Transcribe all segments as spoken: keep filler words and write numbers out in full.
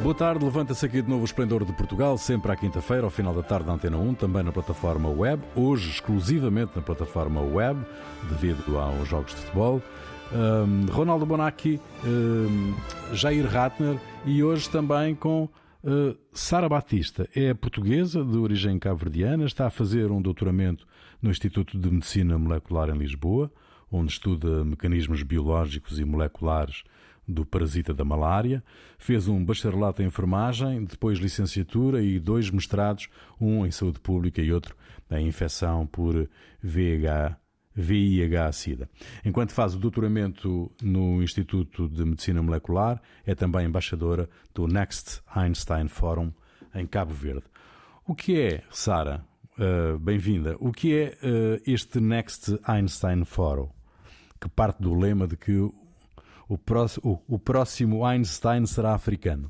Boa tarde, levanta-se aqui de novo o Esplendor de Portugal, sempre à quinta-feira, ao final da tarde na Antena um, também na plataforma web, hoje exclusivamente na plataforma web, devido aos jogos de futebol. Um, Ronaldo Bonacci, um, Jair Ratner e hoje também com uh, Sara Batista. É portuguesa, de origem cabo-verdiana, está a fazer um doutoramento no Instituto de Medicina Molecular em Lisboa, onde estuda mecanismos biológicos e moleculares do parasita da malária. Fez um bacharelato em enfermagem, depois licenciatura e dois mestrados, um em saúde pública e outro em infecção por V I H-Sida. Enquanto faz o doutoramento no Instituto de Medicina Molecular, é também embaixadora do Next Einstein Forum em Cabo Verde. O que é, Sara, uh, bem-vinda, o que é uh, este Next Einstein Forum, que parte do lema de que O próximo, o próximo Einstein será africano?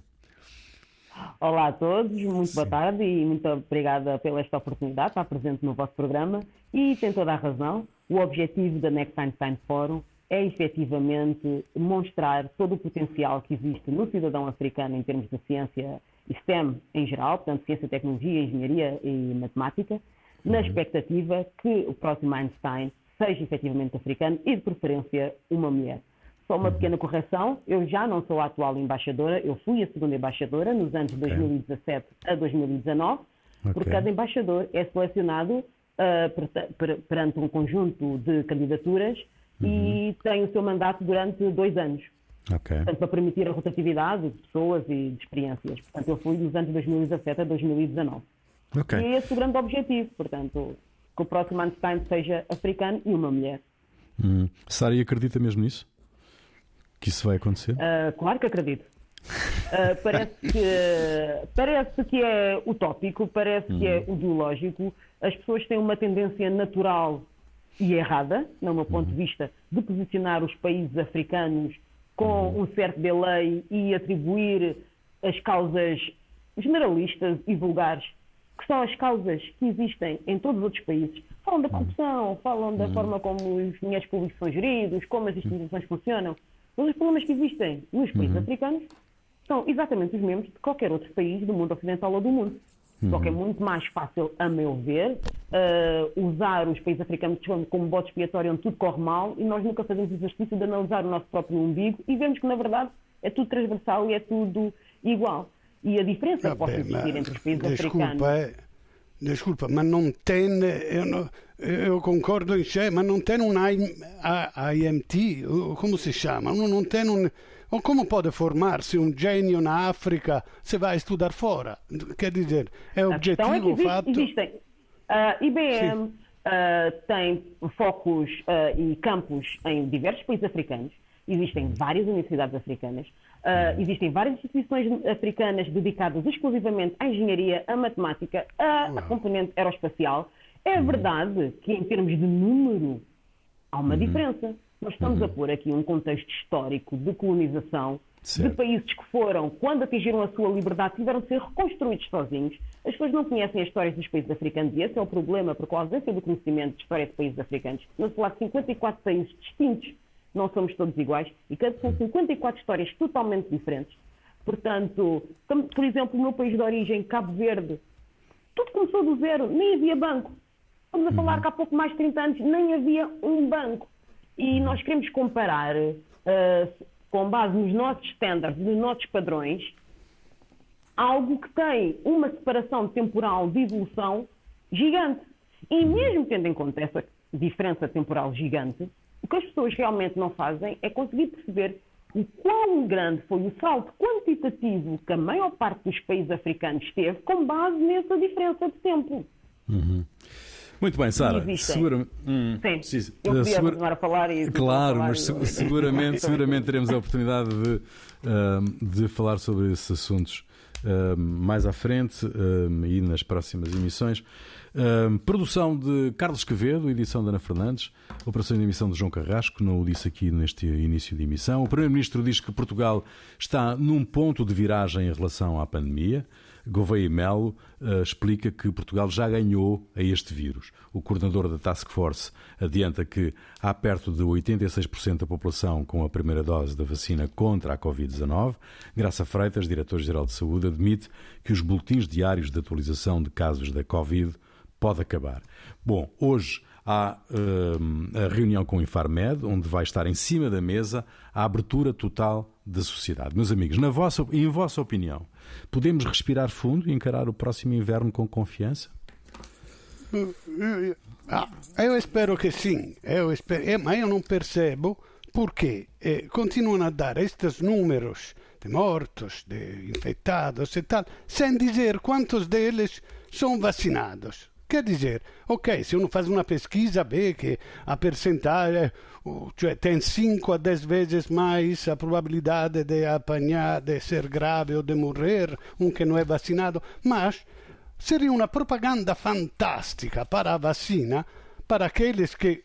Olá a todos, muito boa tarde e muito obrigada pela esta oportunidade de estar presente no vosso programa. E tem toda a razão, o objetivo da Next Einstein Forum é efetivamente mostrar todo o potencial que existe no cidadão africano em termos de ciência e STEM em geral, portanto ciência, tecnologia, engenharia e matemática, na expectativa que o próximo Einstein seja efetivamente africano e de preferência uma mulher. Só uma pequena correção, eu já não sou a atual embaixadora, eu fui a segunda embaixadora nos anos de dois mil e dezassete a dois mil e dezanove, okay. Porque cada embaixador é selecionado uh, per, per, perante um conjunto de candidaturas uhum. e tem o seu mandato durante dois anos. Okay. Portanto, para permitir a rotatividade de pessoas e de experiências. Portanto, eu fui nos anos de dois mil e dezassete a dois mil e dezanove. Okay. E esse é o grande objetivo, portanto, que o próximo Einstein seja africano e uma mulher. Hum. Sara, acredita mesmo nisso? Que isso vai acontecer? Uh, claro que acredito. Uh, parece, que, parece que é utópico, parece uhum. que é ideológico. As pessoas têm uma tendência natural e errada, no meu ponto uhum. de vista, de posicionar os países africanos com uhum. um certo delay e atribuir as causas generalistas e vulgares, que são as causas que existem em todos os outros países. Falam da corrupção, falam da uhum. forma como os dinheiros públicos são geridos, como as instituições funcionam. Mas os problemas que existem nos países uhum. africanos são exatamente os mesmos de qualquer outro país do mundo ocidental ou do mundo. Uhum. Só que é muito mais fácil, a meu ver, uh, usar os países africanos como bode expiatório onde tudo corre mal e nós nunca fazemos o exercício de analisar o nosso próprio umbigo e vemos que, na verdade, é tudo transversal e é tudo igual. E a diferença que pode existir entre os países desculpa, africanos... É... Desculpa, ma non tem, eu, não, eu concordo in sé, ma non tem un I M T, come si chiama? Non tem un, o come può formarsi un genio na África se vai estudar fora? Quer dizer, é objetivo é que existe, fato... Existem. Uh, I B M uh, tem focos uh, e campos em diversos países africanos, existem várias universidades africanas, Uh, existem várias instituições africanas dedicadas exclusivamente à engenharia, à matemática, à, à componente aeroespacial. É verdade que, em termos de número, há uma diferença. Nós estamos a pôr aqui um contexto histórico de colonização, certo. De países que foram, quando atingiram a sua liberdade, tiveram de ser reconstruídos sozinhos. As pessoas não conhecem as histórias dos países africanos e esse é o problema, porque a ausência do conhecimento de história de países africanos, nós falamos de cinquenta e quatro países distintos, não somos todos iguais, e cada são cinquenta e quatro histórias totalmente diferentes. Portanto, como, por exemplo, o meu país de origem, Cabo Verde, tudo começou do zero, nem havia banco. Estamos a falar que há pouco mais de trinta anos nem havia um banco. E nós queremos comparar, uh, com base nos nossos standards, nos nossos padrões, algo que tem uma separação temporal de evolução gigante. E mesmo tendo em conta essa diferença temporal gigante, o que as pessoas realmente não fazem é conseguir perceber o quão grande foi o salto quantitativo que a maior parte dos países africanos teve com base nessa diferença de tempo. Uhum. Muito bem, Sara. Segura... Hum, Sim, sim. Eu podia segura... continuar a falar e... Claro, falar mas e... seguramente, seguramente teremos a oportunidade de, uh, de falar sobre esses assuntos uh, mais à frente uh, e nas próximas emissões. Uh, produção de Carlos Quevedo, edição de Ana Fernandes, operação de emissão de João Carrasco, não o disse aqui neste início de emissão. O Primeiro-Ministro diz que Portugal está num ponto de viragem em relação à pandemia. Gouveia e Melo uh, explica que Portugal já ganhou a este vírus. O coordenador da Task Force adianta que há perto de oitenta e seis por cento da população com a primeira dose da vacina contra a covid dezanove. Graça Freitas, diretor-geral de Saúde, admite que os boletins diários de atualização de casos da Covid pode acabar. Bom, hoje há uh, a reunião com o Infarmed, onde vai estar em cima da mesa a abertura total da sociedade. Meus amigos, na vossa, em vossa opinião, podemos respirar fundo e encarar o próximo inverno com confiança? Ah, eu espero que sim, eu espero, eh, mas eu não percebo porque eh, continuam a dar estes números de mortos, de infectados e tal, sem dizer quantos deles são vacinados. Quer dizer, ok, se uno faz uma pesquisa, vê que a percentagem, cioè tem cinco a dez vezes mais a probabilidade de apanhar, de ser grave ou de morrer, um que não é vacinado, mas seria uma propaganda fantástica para a vacina, para aqueles que,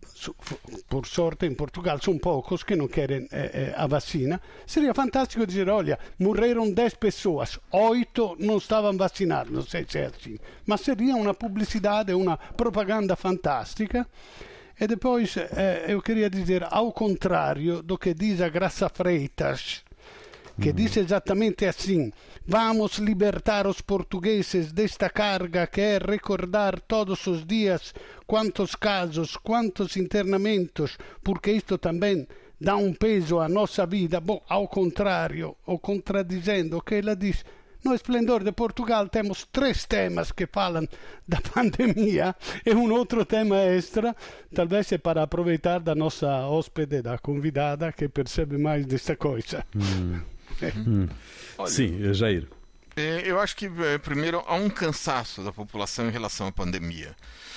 por sorte em Portugal, são poucos que não querem eh, eh, a vacina. Seria fantástico dizer, olha, morreram dez pessoas, oito não estavam vacinadas, não sei se é assim, mas seria uma publicidade, uma propaganda fantástica. E depois eh, eu queria dizer, ao contrário do que diz a Graça Freitas, que uhum. diz exatamente assim: vamos libertar os portugueses desta carga que é recordar todos os dias quantos casos, quantos internamentos, porque isto também dá um peso à nossa vida. Bom, ao contrário, ou contradizendo o que ela diz, no Esplendor de Portugal temos três temas que falam da pandemia e um outro tema extra, talvez é para aproveitar da nossa hóspede, da convidada, que percebe mais desta coisa. Hum. Hum. Olha, Sim, Jair. É, eu acho que, primeiro, há um cansaço da população em relação à pandemia.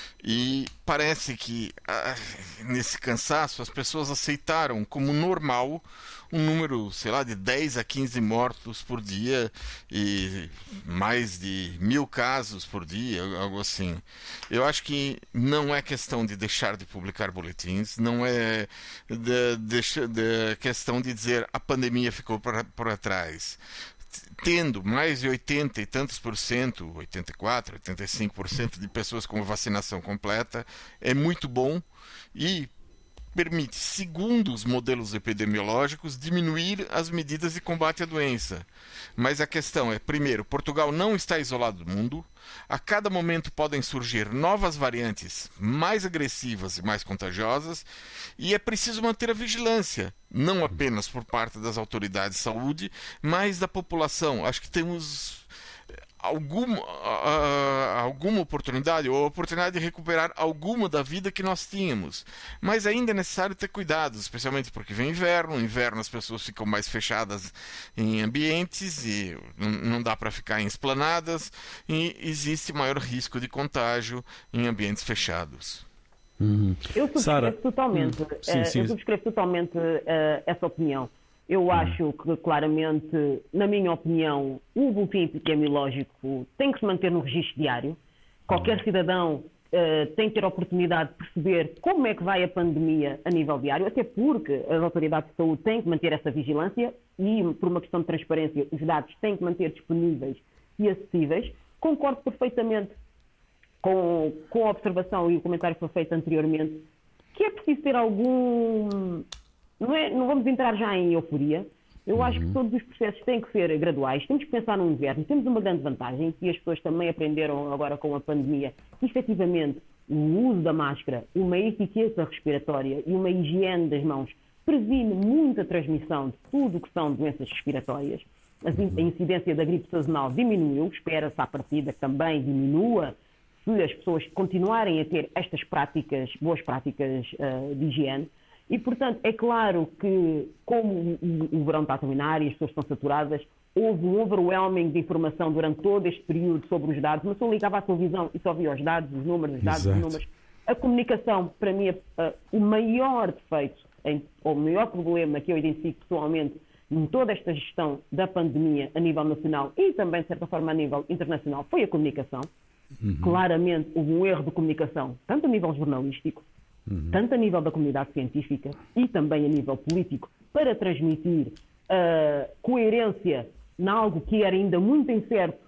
E parece que, ah, nesse cansaço, as pessoas aceitaram como normal um número, sei lá, de dez a quinze mortos por dia e mais de mil casos por dia, algo assim. Eu acho que não é questão de deixar de publicar boletins, não é de, de, de questão de dizer a pandemia ficou para trás. Tendo mais de oitenta e tantos por cento, oitenta e quatro, oitenta e cinco por cento de pessoas com vacinação completa, é muito bom e permite, segundo os modelos epidemiológicos, diminuir as medidas de combate à doença. Mas a questão é, primeiro, Portugal não está isolado do mundo. A cada momento podem surgir novas variantes mais agressivas e mais contagiosas, e é preciso manter a vigilância, não apenas por parte das autoridades de saúde, mas da população. Acho que temos alguma, uh, alguma oportunidade, ou a oportunidade de recuperar alguma da vida que nós tínhamos. Mas ainda é necessário ter cuidado, especialmente porque vem inverno. No inverno as pessoas ficam mais fechadas em ambientes e não dá para ficar em esplanadas, e existe maior risco de contágio em ambientes fechados. Uhum. Eu subscrevo Sarah. totalmente, Uhum. Sim, sim. eu subscrevo totalmente uh, essa opinião. Eu acho que, claramente, na minha opinião, o boletim epidemiológico tem que se manter no registro diário. Qualquer cidadão uh, tem que ter a oportunidade de perceber como é que vai a pandemia a nível diário, até porque as autoridades de saúde têm que manter essa vigilância e, por uma questão de transparência, os dados têm que manter disponíveis e acessíveis. Concordo perfeitamente com, com a observação e o comentário que foi feito anteriormente, que é preciso ter algum... Não, é, não vamos entrar já em euforia. Eu acho que todos os processos têm que ser graduais. Temos que pensar no inverno. Temos uma grande vantagem, que as pessoas também aprenderam agora com a pandemia, que efetivamente o uso da máscara, uma etiqueta respiratória e uma higiene das mãos previne muito a transmissão de tudo o que são doenças respiratórias. A incidência da gripe sazonal diminuiu, espera-se à partida que também diminua se as pessoas continuarem a ter estas práticas, boas práticas uh, de higiene. E, portanto, é claro que, como o, o verão está a terminar e as pessoas estão saturadas, houve um overwhelming de informação durante todo este período sobre os dados, mas só ligava à televisão e só via os dados, os números, os dados, Exato. os números. A comunicação, para mim, é uh, o maior defeito, em, ou o maior problema que eu identifico pessoalmente em toda esta gestão da pandemia a nível nacional e também, de certa forma, a nível internacional, foi a comunicação. Uhum. Claramente houve um erro de comunicação, tanto a nível jornalístico, Uhum. tanto a nível da comunidade científica e também a nível político, para transmitir uh, coerência em algo que era ainda muito incerto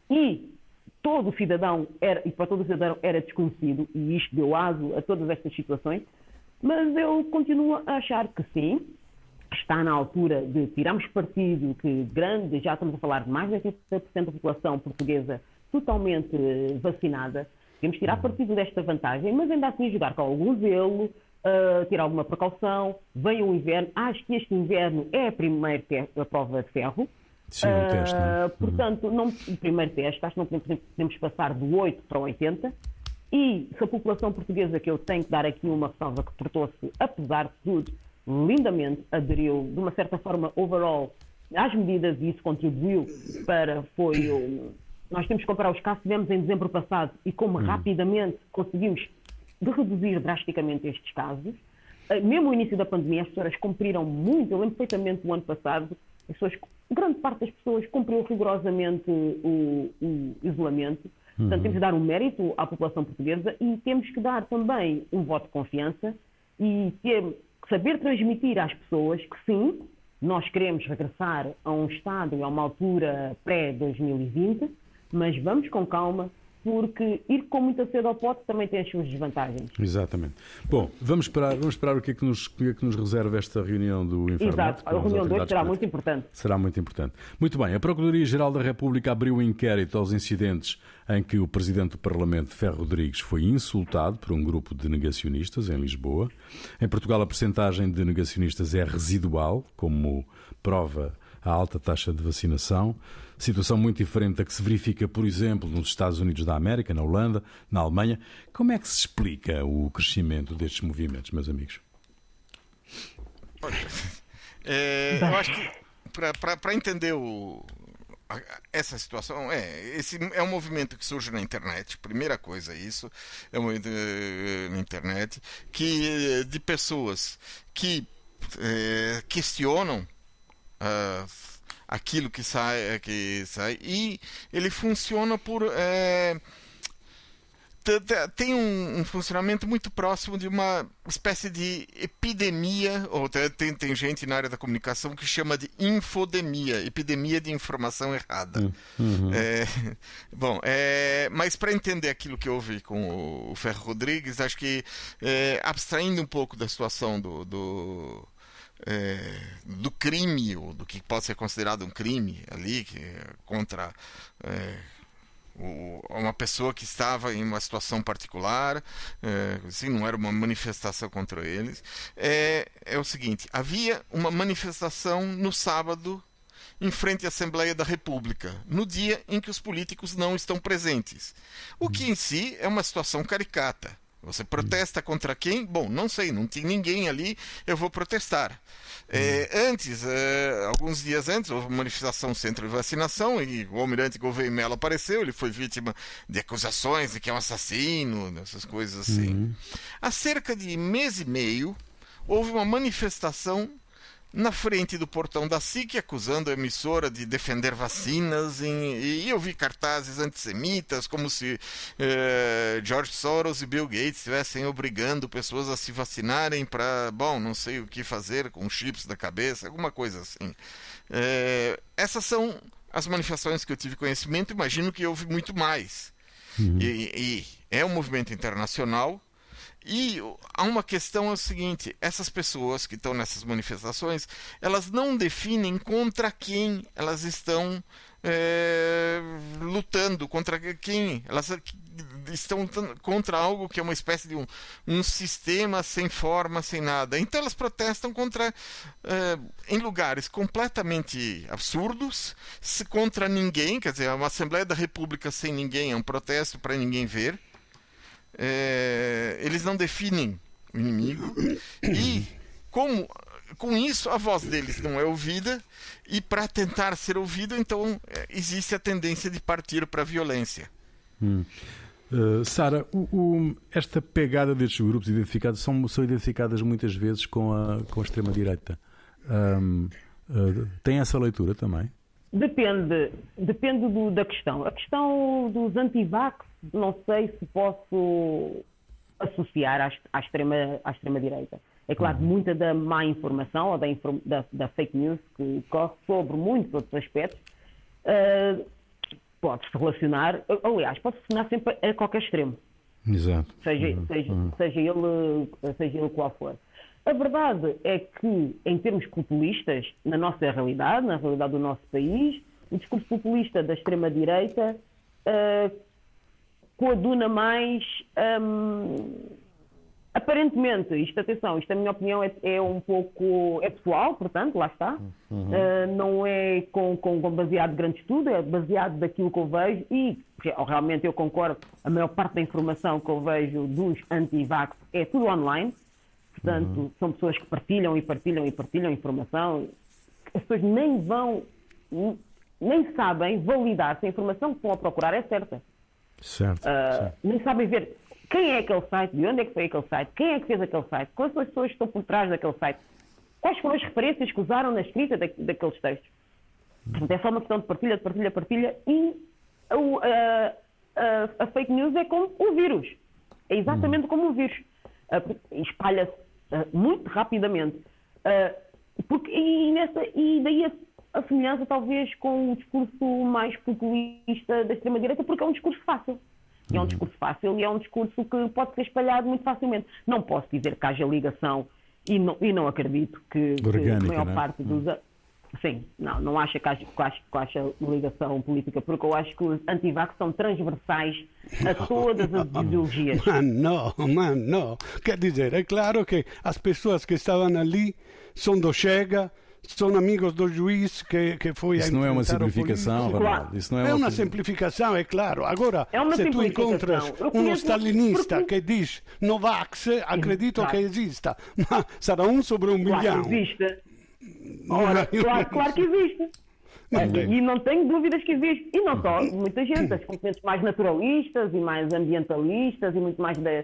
e todo o cidadão era, e para todo o cidadão era desconhecido, e isto deu aso a todas estas situações, mas eu continuo a achar que sim, está na altura de tirarmos partido, que grande, já estamos a falar de mais de oitenta por cento da população portuguesa totalmente vacinada, temos que tirar partido desta vantagem, mas ainda assim jogar com algum zelo, uh, ter alguma precaução, vem o inverno, acho que este inverno é a primeira a prova de ferro. Sim, um teste, não? Uh, portanto, não, o primeiro teste, acho que não podemos, podemos passar do oito para o oitenta, e se a população portuguesa, que eu tenho que dar aqui uma ressalva, que portou-se, apesar de tudo, lindamente, aderiu, de uma certa forma, overall, às medidas, e isso contribuiu para, foi, o, nós temos que comparar os casos que tivemos em dezembro passado e como hum. rapidamente conseguimos de reduzir drasticamente estes casos. Uh, mesmo no início da pandemia, as pessoas cumpriram muito, eu lembro perfeitamente do ano passado, as pessoas, grande parte das pessoas cumpriu rigorosamente o, o isolamento. Portanto, uhum. temos que dar um mérito à população portuguesa e temos que dar também um voto de confiança e ter, saber transmitir às pessoas que sim, nós queremos regressar a um estado e a uma altura pré-dois mil e vinte, mas vamos com calma, porque ir com muita sede ao pote também tem as suas desvantagens. Exatamente. Bom, vamos esperar, vamos esperar o que é que nos, o que é que nos reserva esta reunião do Infernet. Exato, a reunião de hoje será muito importante. Será muito importante. Muito bem, a Procuradoria-Geral da República abriu um inquérito aos incidentes em que o Presidente do Parlamento, Ferro Rodrigues, foi insultado por um grupo de negacionistas em Lisboa. Em Portugal, a percentagem de negacionistas é residual, como prova a alta taxa de vacinação. Situação muito diferente da que se verifica, por exemplo, nos Estados Unidos da América, na Holanda, na Alemanha. Como é que se explica o crescimento destes movimentos, meus amigos? Olha, é, eu acho que para entender o, a, essa situação, é, esse é um movimento que surge na internet, primeira coisa isso, é um movimento na internet, que, de pessoas que é, questionam uh, aquilo que sai, que sai, e ele funciona por... É, tem um, um funcionamento muito próximo de uma espécie de epidemia, ou tem, tem gente na área da comunicação que chama de infodemia, epidemia de informação errada. Uhum. É, bom, é, mas para entender aquilo que houve com o Ferro Rodrigues, acho que é, abstraindo um pouco da situação do... do É, do crime, ou do que pode ser considerado um crime ali, que é contra é, o, uma pessoa que estava em uma situação particular, é, assim, não era uma manifestação contra eles, é, é o seguinte: havia uma manifestação no sábado em frente à Assembleia da República, no dia em que os políticos não estão presentes, o que em si é uma situação caricata. Você protesta contra quem? Bom, não sei, não tinha ninguém ali, eu vou protestar. É, antes, é, alguns dias antes, houve uma manifestação no centro de vacinação e o almirante Gouveia Mello apareceu, ele foi vítima de acusações de que é um assassino, essas coisas assim. Uhum. Há cerca de mês e meio, houve uma manifestação na frente do portão da S I C, acusando a emissora de defender vacinas, em, e eu vi cartazes antissemitas, como se eh, George Soros e Bill Gates estivessem obrigando pessoas a se vacinarem para, bom, não sei o que fazer com chips na cabeça, alguma coisa assim. Eh, essas são as manifestações que eu tive conhecimento, imagino que houve muito mais. Uhum. E, e é um movimento internacional. E há uma questão, é o seguinte: essas pessoas que estão nessas manifestações, elas não definem contra quem elas estão é, lutando, contra quem elas estão contra algo que é uma espécie de um, um sistema sem forma, sem nada. Então elas protestam contra é, em lugares completamente absurdos, se contra ninguém, quer dizer, uma Assembleia da República sem ninguém é um protesto para ninguém ver. É, eles não definem o inimigo e como, com isso a voz deles não é ouvida, e para tentar ser ouvido, então existe a tendência de partir para a violência. Hum. Uh, Sara, o, o, esta pegada destes grupos identificados são, são identificadas muitas vezes com a, com a extrema-direita. Um, uh, tem essa leitura também? Depende, depende do, da questão. A questão dos anti-vax, não sei se posso associar à, à, extrema, à extrema-direita. É claro que muita da má informação ou da, da, da fake news que corre sobre muitos outros aspectos uh, pode-se relacionar, aliás, pode-se relacionar sempre a qualquer extremo. Exato. Seja, uhum. seja, uhum. seja, ele, seja ele qual for. A verdade é que, em termos populistas, na nossa realidade, na realidade do nosso país, o discurso populista da extrema-direita uh, coaduna mais, um, aparentemente, isto, atenção, isto, a minha opinião, é, é um pouco, é pessoal, portanto, lá está, uhum. uh, não é com, com, com baseado de grande estudo, é baseado daquilo que eu vejo e, realmente, eu concordo, a maior parte da informação que eu vejo dos anti-vax é tudo online. Portanto, uhum. são pessoas que partilham e partilham e partilham informação. As pessoas nem vão, nem sabem validar se a informação que estão a procurar é certa. Certo, uh, certo. Nem sabem ver quem é aquele site, de onde é que foi aquele site, quem é que fez aquele site, quais são as pessoas que estão por trás daquele site, quais foram as referências que usaram na escrita da, daqueles textos. Portanto, é só uma questão de partilha, de partilha, partilha e a, a, a, a fake news é como o vírus. É exatamente uhum. como o vírus. Uh, espalha-se uh, muito rapidamente. Uh, porque, e, nessa, e daí a, a semelhança, talvez, com o discurso mais populista da extrema-direita, porque é um discurso fácil. E é um discurso fácil e é um discurso que pode ser espalhado muito facilmente. Não posso dizer que haja ligação, e não, e não acredito que, que a maior parte dos... Hum. Sim, não, não acho que haja, que haja, que haja ligação política, porque eu acho que os antivax são transversais a todas as ideologias. Mas não, mas não. Quer dizer, é claro que as pessoas que estavam ali são do Chega, são amigos do juiz que, que foi... Isso não é uma simplificação, Ronaldo. Isso não é, é uma, uma simplificação, é claro. Agora, é se tu encontras um stalinista porque... que diz Novax, acredito claro. que exista, mas será um sobre um claro milhão. Existe. Ora, claro, claro que existe. Não e não tenho dúvidas que existe. E não só, muita gente, as componentes mais naturalistas e mais ambientalistas e muito mais de,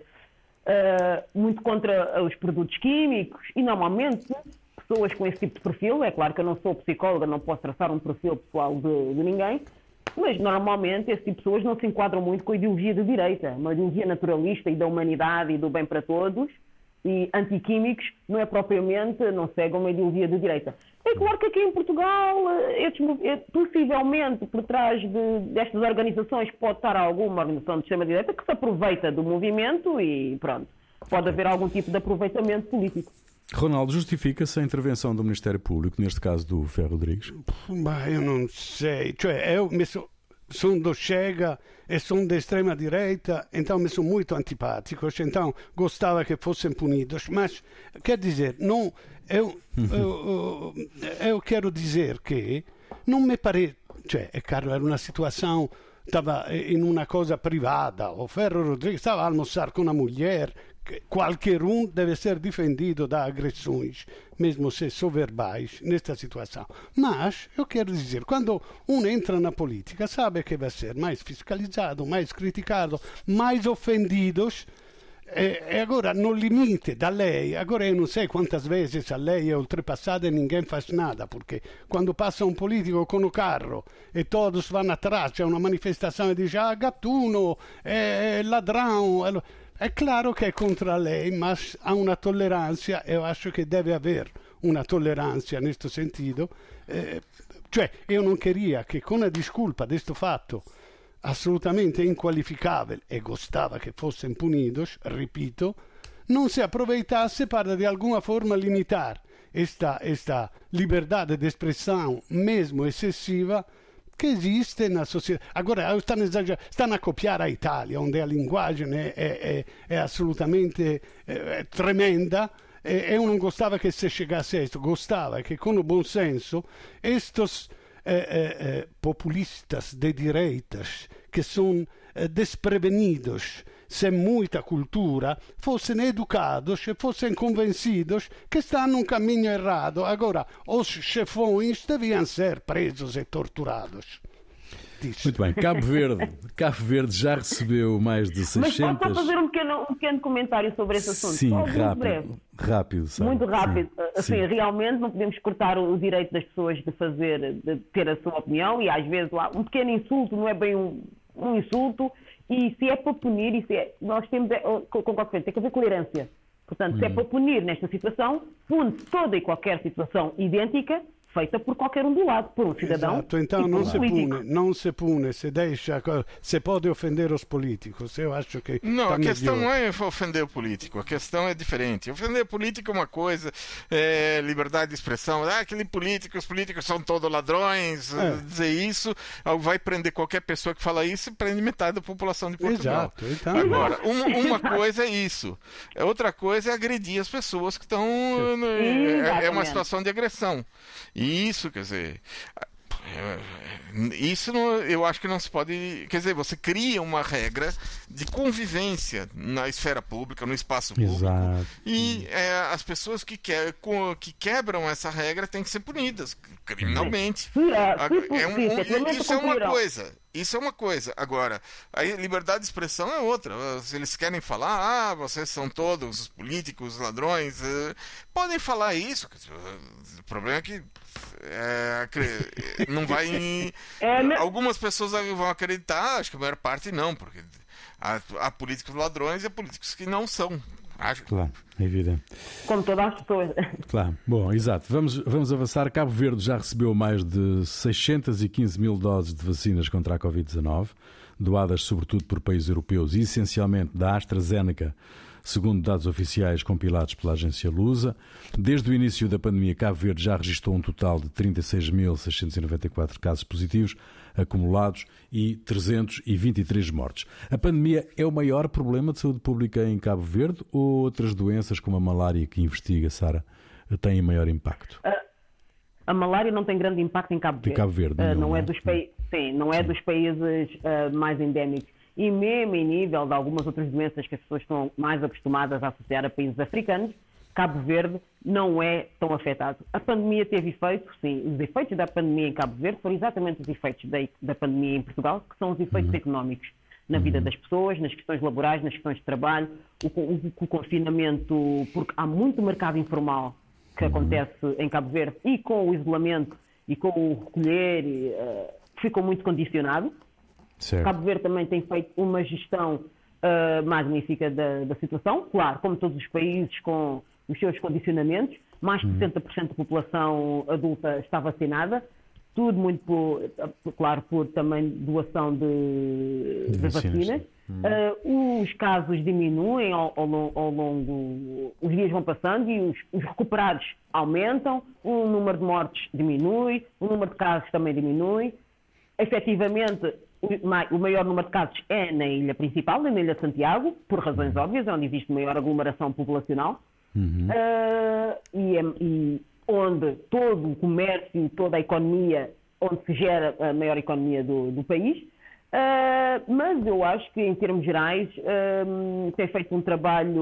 uh, muito contra os produtos químicos e normalmente pessoas com esse tipo de perfil, é claro que eu não sou psicóloga, não posso traçar um perfil pessoal de, de ninguém, mas normalmente esse tipo de pessoas não se enquadram muito com a ideologia de direita, uma ideologia naturalista e da humanidade e do bem para todos. E antiquímicos não é propriamente, não segue uma ideologia de direita. É claro que aqui em Portugal, estes, possivelmente por trás de, destas organizações pode estar alguma organização de extrema-direita que se aproveita do movimento e pronto, pode haver algum tipo de aproveitamento político. Ronaldo, justifica-se a intervenção do Ministério Público, neste caso do Ferro Rodrigues? Bah, eu não sei, cioè, eu me so... sono do Chega e sono da estrema direita, então me sono muito antipático, então gostava que fossem punidos, mas quer dizer, não, eu, eu, eu quero dizer que não me parece, cioè, Carlo, era uma situação, estava in una cosa privata, o Ferro Rodrigues estava a almoçar com a mulher, qualquer um deve ser defendido da agressões, mesmo se são verbais, nesta situação. Mas, eu quero dizer, quando um entra na política, sabe que vai ser mais fiscalizado, mais criticado, mais ofendidos, e, e agora no limite da lei, agora eu não sei quantas vezes a lei é ultrapassada e ninguém faz nada, porque quando passa um politico con o carro e todos vanno atrás, c'è una manifestazione e dice ah, gattuno, è ladrão, è claro che è contro la lei, ma ha una tolleranza e io acho che deve haver una tolleranza in questo sentido. Eh, cioè, io non queria che con la disculpa di questo fatto assolutamente inqualificabile e gostava che fossero punidos, ripeto, non si approveitasse para de alguma forma limitar esta, esta liberdade de expressão mesmo excessiva che esiste na società. Agora, stanno, esager- stanno a copiare a Italia, onde a linguagem è, è, è, è assolutamente è tremenda, e, e non gostava che se chegasse a questo, gostava che con buon senso estos eh, eh, populistas de direitas que são eh, desprevenidos, sem muita cultura, fossem educados e fossem convencidos que estão num caminho errado. Agora, os chefões deviam ser presos e torturados. Diz. Muito bem, Cabo Verde. Cabo Verde já recebeu mais de seiscentas... Mas posso só fazer um pequeno, um pequeno comentário sobre esse assunto? Sim, só rápido. Breve. Rápido, sabe? Muito rápido. Sim. Assim, Sim. Realmente não podemos cortar o direito das pessoas de fazer, de ter a sua opinião, e às vezes lá, um pequeno insulto não é bem um, um insulto, e se é para punir, e se é, nós temos, com qualquer coisa, tem que haver coerência. Portanto, hum. se é para punir nesta situação, pune toda e qualquer situação idêntica, feita por qualquer um do lado, por um cidadão. Exato, então e não por um se político. pune, não se pune, se deixa, se pode ofender os políticos. Eu acho que Não, tá a questão melhor. não é ofender o político, a questão é diferente. Ofender o político é uma coisa, é, liberdade de expressão, ah, aquele político, os políticos são todos ladrões, É. dizer isso, vai prender qualquer pessoa que fala isso e prende metade da população de Portugal. Exato, então. Agora, um- uma coisa é isso, outra coisa é agredir as pessoas que estão... É, é uma Exatamente. situação de agressão. E isso, quer dizer... Isso não- eu acho que não se pode. Quer dizer, você cria uma regra de convivência na esfera pública, no espaço público. Exato. E é, as pessoas que, que, co- que quebram essa regra têm que ser punidas criminalmente. Se, ah, A- se, é um- se, um- efetivamente isso é uma concluirão- coisa. Isso é uma coisa. Agora, a liberdade de expressão é outra. Se eles querem falar, ah, vocês são todos os políticos, ladrões, eh, podem falar isso. O problema é que é, acre- não vai. É, né? Algumas pessoas vão acreditar, acho que a maior parte não, porque há, há políticos ladrões e há políticos que não são. Acho. Claro, é evidente. Como todas as pessoas. Claro. Bom, exato. Vamos, vamos avançar. Cabo Verde já recebeu mais de seiscentos e quinze mil doses de vacinas contra a covid dezanove, doadas sobretudo por países europeus e essencialmente da AstraZeneca, segundo dados oficiais compilados pela agência Lusa. Desde o início da pandemia, Cabo Verde já registrou um total de trinta e seis mil seiscentos e noventa e quatro casos positivos acumulados e trezentos e vinte e três mortes. A pandemia é o maior problema de saúde pública em Cabo Verde ou outras doenças como a malária que investiga, Sara, têm maior impacto? A malária não tem grande impacto em Cabo Em Verde. Cabo Verde, Ah, não, não não é é? dos países, sim, não é dos países ah, mais endémicos. E mesmo em nível de algumas outras doenças que as pessoas estão mais acostumadas a associar a países africanos, Cabo Verde não é tão afetado. A pandemia teve efeitos, sim. Os efeitos da pandemia em Cabo Verde foram exatamente os efeitos da, da pandemia em Portugal, que são os efeitos Uhum. económicos na vida das pessoas, nas questões laborais, nas questões de trabalho, o, o, o confinamento, porque há muito mercado informal que Uhum. acontece em Cabo Verde e com o isolamento e com o recolher, uh, ficou muito condicionado. Certo. Cabo Verde também tem feito uma gestão uh, magnífica da, da situação, claro, como todos os países, com os seus condicionamentos. Mais de sessenta por cento da população adulta está vacinada, tudo muito, por, claro, por também doação de, de vacinas, vacinas. Uh, os casos diminuem ao, ao, lon- ao longo, os dias vão passando e os, os recuperados aumentam, o número de mortes diminui, o número de casos também diminui. Efetivamente, o, ma- o maior número de casos é na ilha principal, na ilha de Santiago, por razões óbvias, é onde existe maior aglomeração populacional. Uh, e, é- e onde todo o comércio, toda a economia, onde se gera a maior economia do, do país. Uh, mas eu acho que, em termos gerais, um, tem feito um trabalho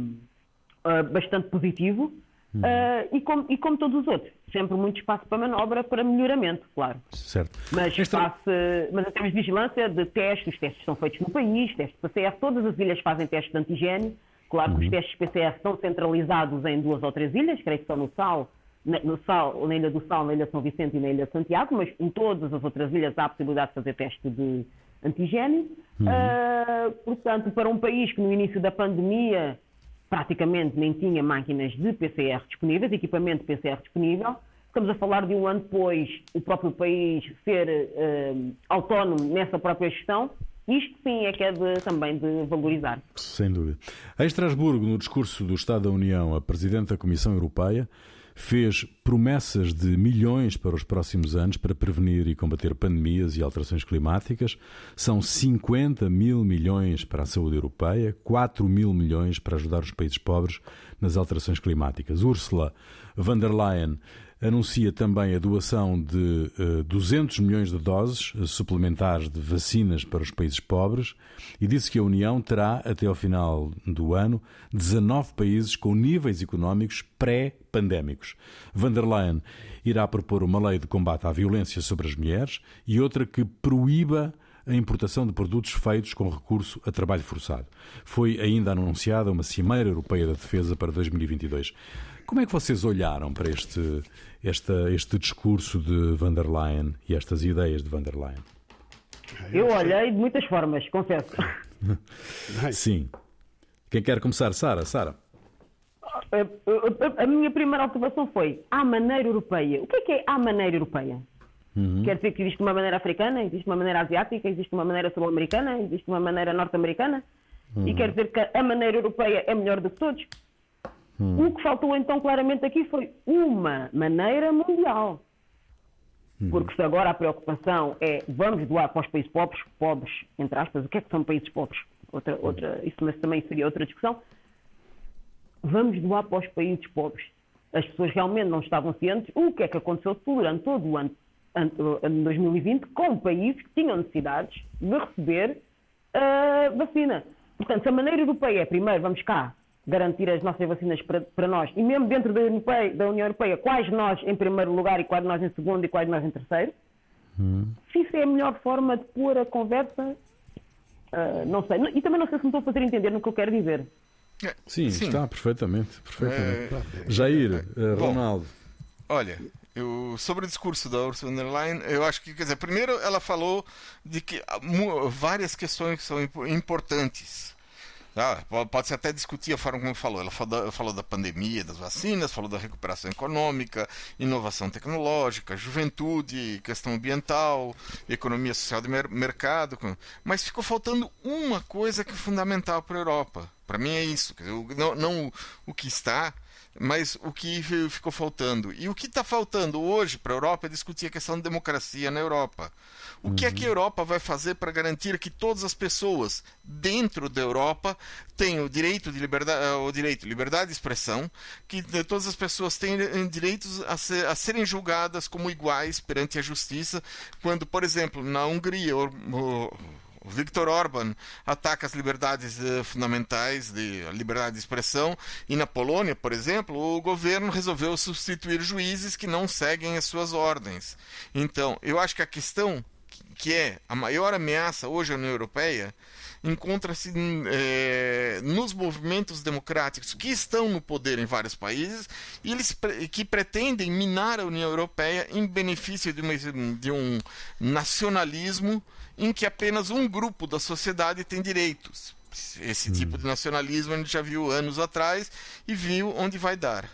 uh, bastante positivo. Uh, e, como, e como todos os outros, sempre muito espaço para manobra, para melhoramento, claro. Certo. Mas, Esta- face, mas em termos de vigilância, de testes, os testes são feitos no país, testes de P C R, todas as ilhas fazem testes de antigênio. Claro que os testes de P C R estão centralizados em duas ou três ilhas, creio que são no Sal, na, no Sal, na Ilha do Sal, na Ilha de São Vicente e na Ilha de Santiago, mas em todas as outras ilhas há a possibilidade de fazer teste de antigênio. Ah, portanto, para um país que no início da pandemia praticamente nem tinha máquinas de P C R disponíveis, equipamento de P C R disponível, estamos a falar de um ano depois o próprio país ser ah, autónomo nessa própria gestão. Isto sim é que é de, também de valorizar. Sem dúvida. Em Estrasburgo, no discurso do Estado da União, a Presidente da Comissão Europeia fez promessas de milhões para os próximos anos para prevenir e combater pandemias e alterações climáticas. São cinquenta mil milhões para a saúde europeia, quatro mil milhões para ajudar os países pobres nas alterações climáticas. Ursula von der Leyen anuncia também a doação de uh, duzentos milhões de doses uh, suplementares de vacinas para os países pobres e disse que a União terá, até ao final do ano, dezanove países com níveis económicos pré-pandémicos. Von der Leyen irá propor uma lei de combate à violência sobre as mulheres e outra que proíba a importação de produtos feitos com recurso a trabalho forçado. Foi ainda anunciada uma Cimeira Europeia da Defesa para dois mil e vinte e dois. Como é que vocês olharam para este, esta, este discurso de von der Leyen e estas ideias de von der Leyen? Eu olhei de muitas formas, confesso. Sim. Quem quer começar? Sara? Sara? A, a, a minha primeira observação foi à maneira europeia. O que é que é à maneira europeia? Uhum. Quer dizer que existe uma maneira africana, existe uma maneira asiática, existe uma maneira sul-americana, existe uma maneira norte-americana? Uhum. E quer dizer que a maneira europeia é melhor do que todos? Uhum. O que faltou então claramente aqui foi uma maneira mundial. Uhum. Porque se agora a preocupação é vamos doar para os países pobres, pobres, entre aspas, o que é que são países pobres? Outra, outra, isso também seria outra discussão. Vamos doar para os países pobres. As pessoas realmente não estavam cientes o que é que aconteceu durante todo o ano de dois mil e vinte com países que tinham necessidades de receber a uh, vacina. Portanto, se a maneira europeia é primeiro, vamos cá garantir as nossas vacinas para, para nós, e mesmo dentro da, Europeia, da União Europeia, quais nós em primeiro lugar e quais nós em segundo e quais nós em terceiro, hum. se isso é a melhor forma de pôr a conversa, uh, não sei. E também não sei se me estou a fazer entender no que eu quero dizer. Sim, Sim. está perfeitamente. perfeitamente. É... Jair, uh, Ronaldo. Bom, olha, eu, sobre o discurso da Ursula von der Leyen, eu acho que, quer dizer, primeiro ela falou de que várias questões são importantes. Tá? Pode-se até discutir a forma como falou. Ela falou da, falou da pandemia, das vacinas, falou da recuperação econômica, inovação tecnológica, juventude, questão ambiental, economia social de mer- mercado. Mas ficou faltando uma coisa que é fundamental para a Europa. Para mim é isso. Não, não o que está, mas o que ficou faltando. E o que está faltando hoje para a Europa é discutir a questão de democracia na Europa. O que é que a Europa vai fazer para garantir que todas as pessoas dentro da Europa tenham o direito de liberdade, o direito de liberdade de expressão, que todas as pessoas tenham direitos a, ser, a serem julgadas como iguais perante a justiça, quando, por exemplo, na Hungria, o, o, o Viktor Orbán ataca as liberdades uh, fundamentais, de, a liberdade de expressão, e na Polônia, por exemplo, o governo resolveu substituir juízes que não seguem as suas ordens. Então, eu acho que a questão que é a maior ameaça hoje à União Europeia, encontra-se é, nos movimentos democráticos que estão no poder em vários países e eles que pretendem minar a União Europeia em benefício de, uma, de um nacionalismo em que apenas um grupo da sociedade tem direitos. Esse hum. tipo de nacionalismo a gente já viu anos atrás e viu onde vai dar.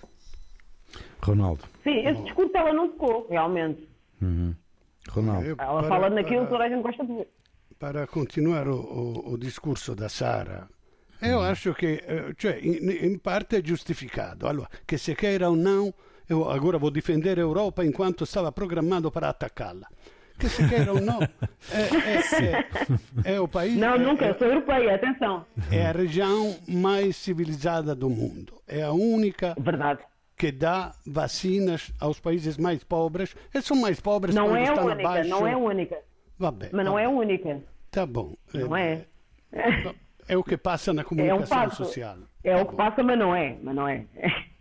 Ronaldo. Sim, esse discurso ela não tocou, realmente. Uhum. Ronaldo. Ela para, fala naquilo que toda a gente gosta de ver. Para continuare o, o, o discorso da Sara, io mm. acho che cioè, in, in parte è giustificato. Allora, che se queira o não, eu agora vou defender a Europa enquanto stava programmato para attaccarla. Che se queira ou não, é, é, é, é o país... Não, nunca, eu sou europeia, atenção. É a região mais civilizada do mundo. É a única... Verdade. Que dá vacinas aos países mais pobres, e são mais pobres não quando é estão única, abaixo. Não é única, Vabbè, mas não vabbè. é única. Tá bom. Não é. É, é o que passa na comunicação é um social. É tá o que bom. passa, mas não é. Mas não é.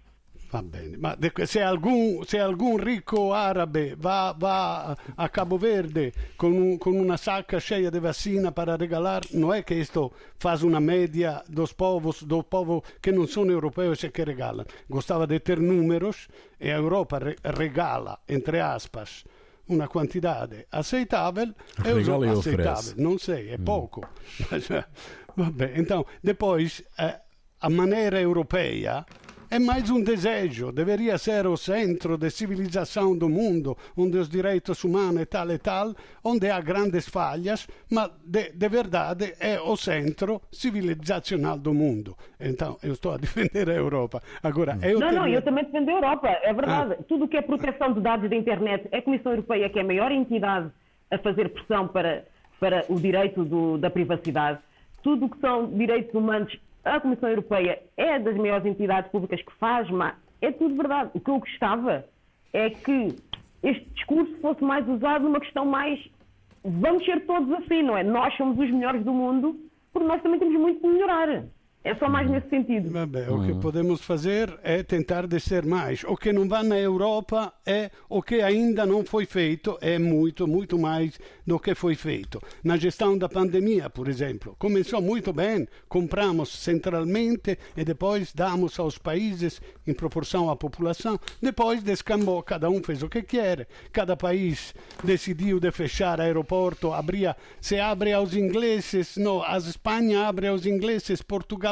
Va bene, ma se alcun, se alcun ricco arabe va, va a Cabo Verde con, un, con una sacca cheia de vacina para regalar, não é que isto faz uma média dos povos, dos povos que não são europeus e que regalam. Gostava de ter números e a Europa re, regala, entre aspas, uma quantidade aceitável e regala uso e aceitável. oferece. Não sei, é pouco. Mas, vabbè, então, depois, a maneira europeia é mais um desejo, deveria ser o centro da civilização do mundo, onde os direitos humanos e tal e tal, onde há grandes falhas, mas de, de verdade é o centro civilizacional do mundo. Então, eu estou a defender a Europa. Agora, eu não, teria... não, eu também defendo a Europa, é verdade. Ah. Tudo o que é proteção de dados da internet, é a Comissão Europeia que é a maior entidade a fazer pressão para, para o direito do, da privacidade. Tudo o que são direitos humanos, a Comissão Europeia é das maiores entidades públicas que faz, mas é tudo verdade. O que eu gostava é que este discurso fosse mais usado numa questão mais... Vamos ser todos assim, não é? Nós somos os melhores do mundo, porque nós também temos muito que melhorar. É só mais nesse sentido. Vabbè, o que podemos fazer é tentar de ser mais. O que não vai na Europa é o que ainda não foi feito, é muito, muito mais do que foi feito. Na gestão da pandemia, por exemplo, começou muito bem, compramos centralmente e depois damos aos países em proporção à população. Depois descambou, cada um fez o que quer. Cada país decidiu de fechar aeroporto, abria, se abre aos ingleses, não, a Espanha abre aos ingleses, Portugal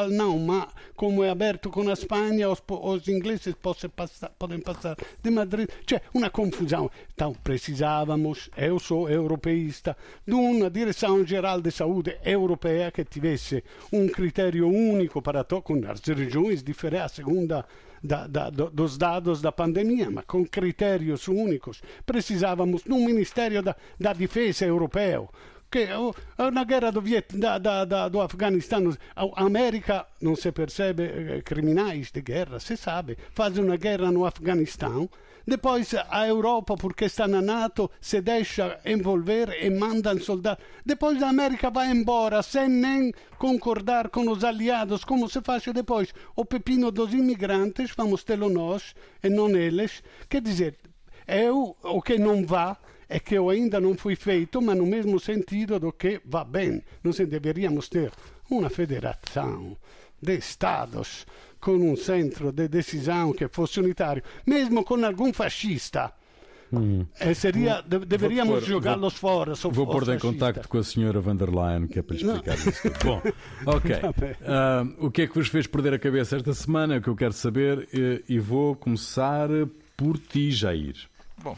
geral não, mas como é aberto com a Espanha, os, os ingleses podem passar, podem passar de Madrid. C'è una confusão. Então, precisávamos, eu sou europeísta, de uma direção geral de saúde europeia que tivesse um critério único para to, com as regiões diferentes, a segunda da, da, dos dados da pandemia, mas com critérios únicos. Precisávamos de um Ministério da, da Defesa europeu. Che na guerra do, Viet, da, da, da, do Afeganistão, a América não se percebe eh, criminais de guerra, se sabe, faz uma guerra no Afeganistão, depois a Europa, porque está na NATO, se deixa envolver e manda soldados, depois a América vai embora sem nem concordar com os aliados, como se faz depois o pepino dos imigrantes, vamos tê-lo nós e não eles, quer dizer, eu, o que não vá, é que eu ainda não fui feito, mas no mesmo sentido do que va bem. Nós deveríamos ter uma federação de Estados com um centro de decisão que fosse unitário, mesmo com algum fascista. Hum. E seria, de, deveríamos jogá-los fora. Vou pôr em contacto com a senhora van der Leyen, que é para lhe explicar não. Isso. Bom, ok. Uh, o que é que vos fez perder a cabeça esta semana? É o que eu quero saber, e, e vou começar por ti, Jair. Bom.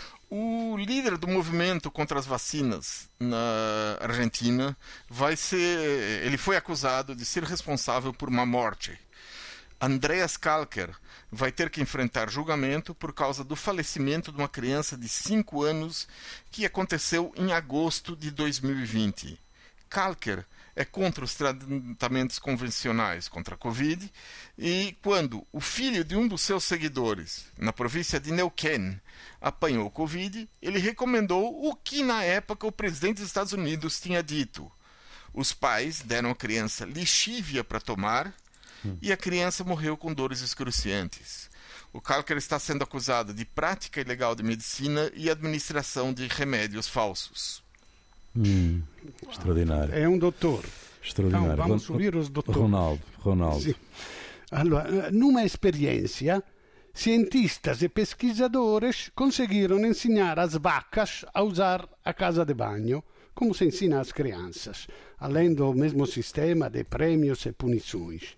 O líder do movimento contra as vacinas na Argentina vai ser, ele foi acusado de ser responsável por uma morte. Andreas Kalker vai ter que enfrentar julgamento por causa do falecimento de uma criança de cinco anos que aconteceu em agosto de dois mil e vinte. Kalker é contra os tratamentos convencionais contra a Covid e quando o filho de um dos seus seguidores, na província de Neuquén, apanhou o Covid, ele recomendou o que na época o presidente dos Estados Unidos tinha dito. Os pais deram à criança lixívia para tomar hum. e a criança morreu com dores excruciantes. O Kalker está sendo acusado de prática ilegal de medicina e administração de remédios falsos. Hum, extraordinário. É um doutor. Extraordinário. Então, vamos subir os doutores. Ronaldo, Ronaldo. Sì. Allora, numa experiência, cientistas e pesquisadores conseguiram ensinar às vacas a usar a casa de banho, como se ensina às crianças, além do mesmo sistema de prêmios e punições.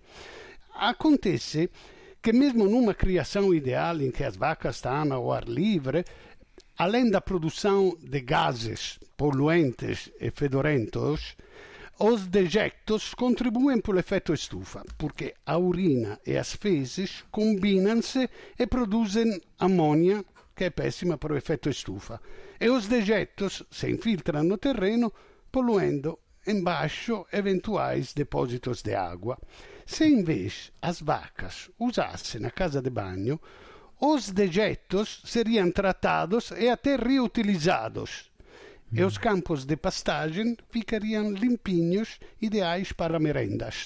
Acontece que mesmo numa criação ideal em que as vacas estão ao ar livre, além da produção de gases poluentes e fedorentos, os dejectos contribuem para o efeito estufa, porque a urina e as fezes combinam-se e produzem amônia, que é péssima para o efeito estufa. E os dejectos se infiltram no terreno, poluendo embaixo eventuais depósitos de água. Se em vez as vacas usassem a casa de banho, os dejetos seriam tratados e até reutilizados. E os campos de pastagem ficariam limpinhos, ideais para merendas.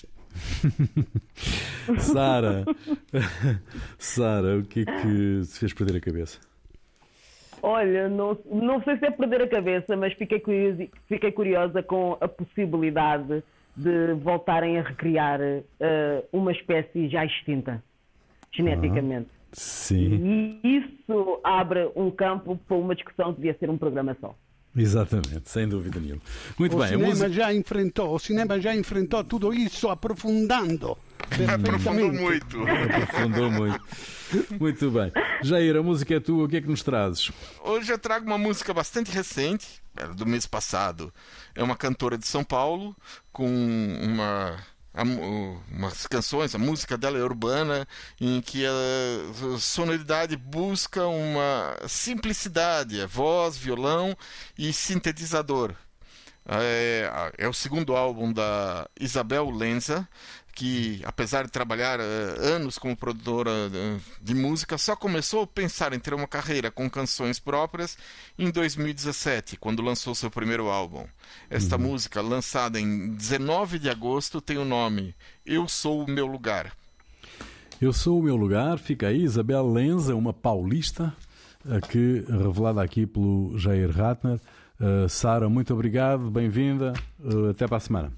Sara, Sara, o que é que se fez perder a cabeça? Olha, não, não sei se é perder a cabeça, mas fiquei curiosa, fiquei curiosa com a possibilidade de voltarem a recriar uh, uma espécie já extinta, geneticamente. Ah, sim. E isso abre um campo para uma discussão que devia ser um programa só. Exatamente, sem dúvida nenhuma. Muito o bem. Cinema música... já enfrentou, o cinema já enfrentou tudo isso, aprofundando. Aprofundou muito. Aprofundou muito. Muito bem. Jair, a música é tua, o que é que nos trazes? Hoje eu trago uma música bastante recente, do mês passado. É uma cantora de São Paulo, com uma... umas canções, a música dela é urbana, em que a sonoridade busca uma simplicidade, é voz, violão e sintetizador. É, é o segundo álbum da Isabel Lenza, que apesar de trabalhar uh, anos como produtora de, de música, só começou a pensar em ter uma carreira com canções próprias em dois mil e dezessete, quando lançou seu primeiro álbum. Esta uhum. música, lançada em dezenove de agosto, tem o nome Eu Sou o Meu Lugar. Eu Sou o Meu Lugar, fica aí, Isabel Lenza, uma paulista, que, revelada aqui pelo Jair Ratner. Uh, Sara, muito obrigado, bem-vinda, uh, até para a semana.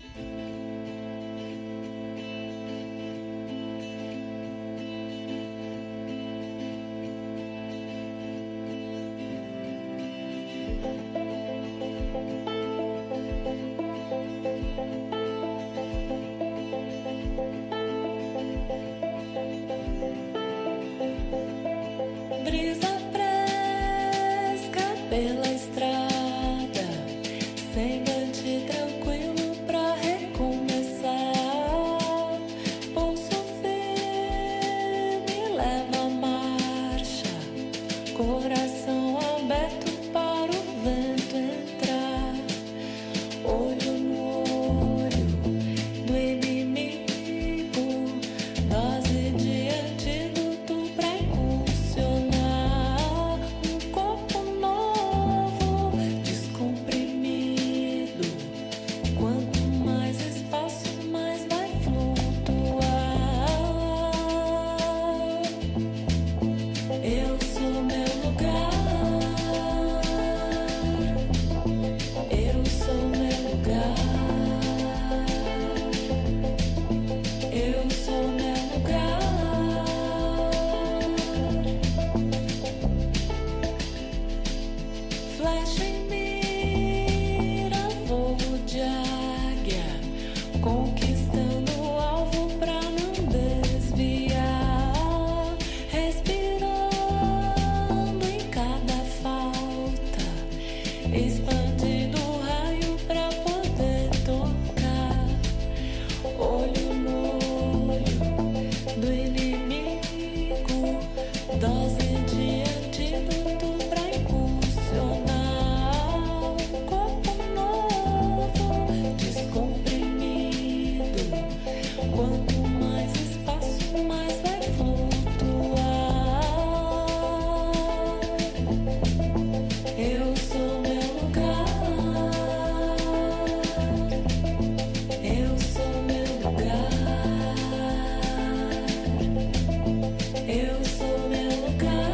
Coração aberto para o vento entrar, olho no olho do inimigo, dose de antídoto pra impulsionar um corpo novo, descomprimido. Quanto mais espaço, mais vai flutuar. Eu sou meu lugar. Eu sou meu lugar. Eu sou meu lugar. Flecha em mira, voo de águia, conquistando o alvo pra não desviar, respirando em cada falta, expandindo o raio pra poder tocar, olho no olho do inimigo, dose de antídoto pra impulsionar um corpo novo, descomprimido. Quanto mais espaço, mais vai flutuar. Eu sou meu lugar. Eu sou meu lugar. Eu sou meu lugar.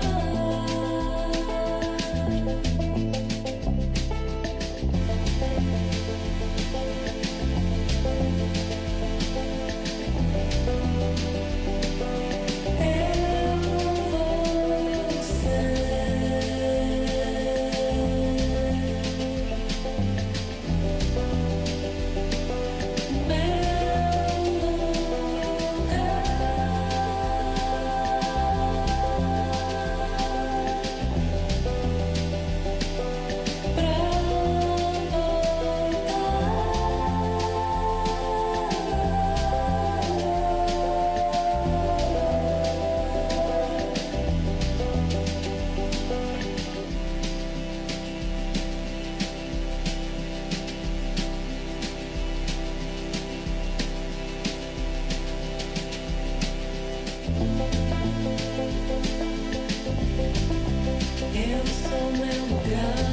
Eu vou ser Eu sou meu lugar.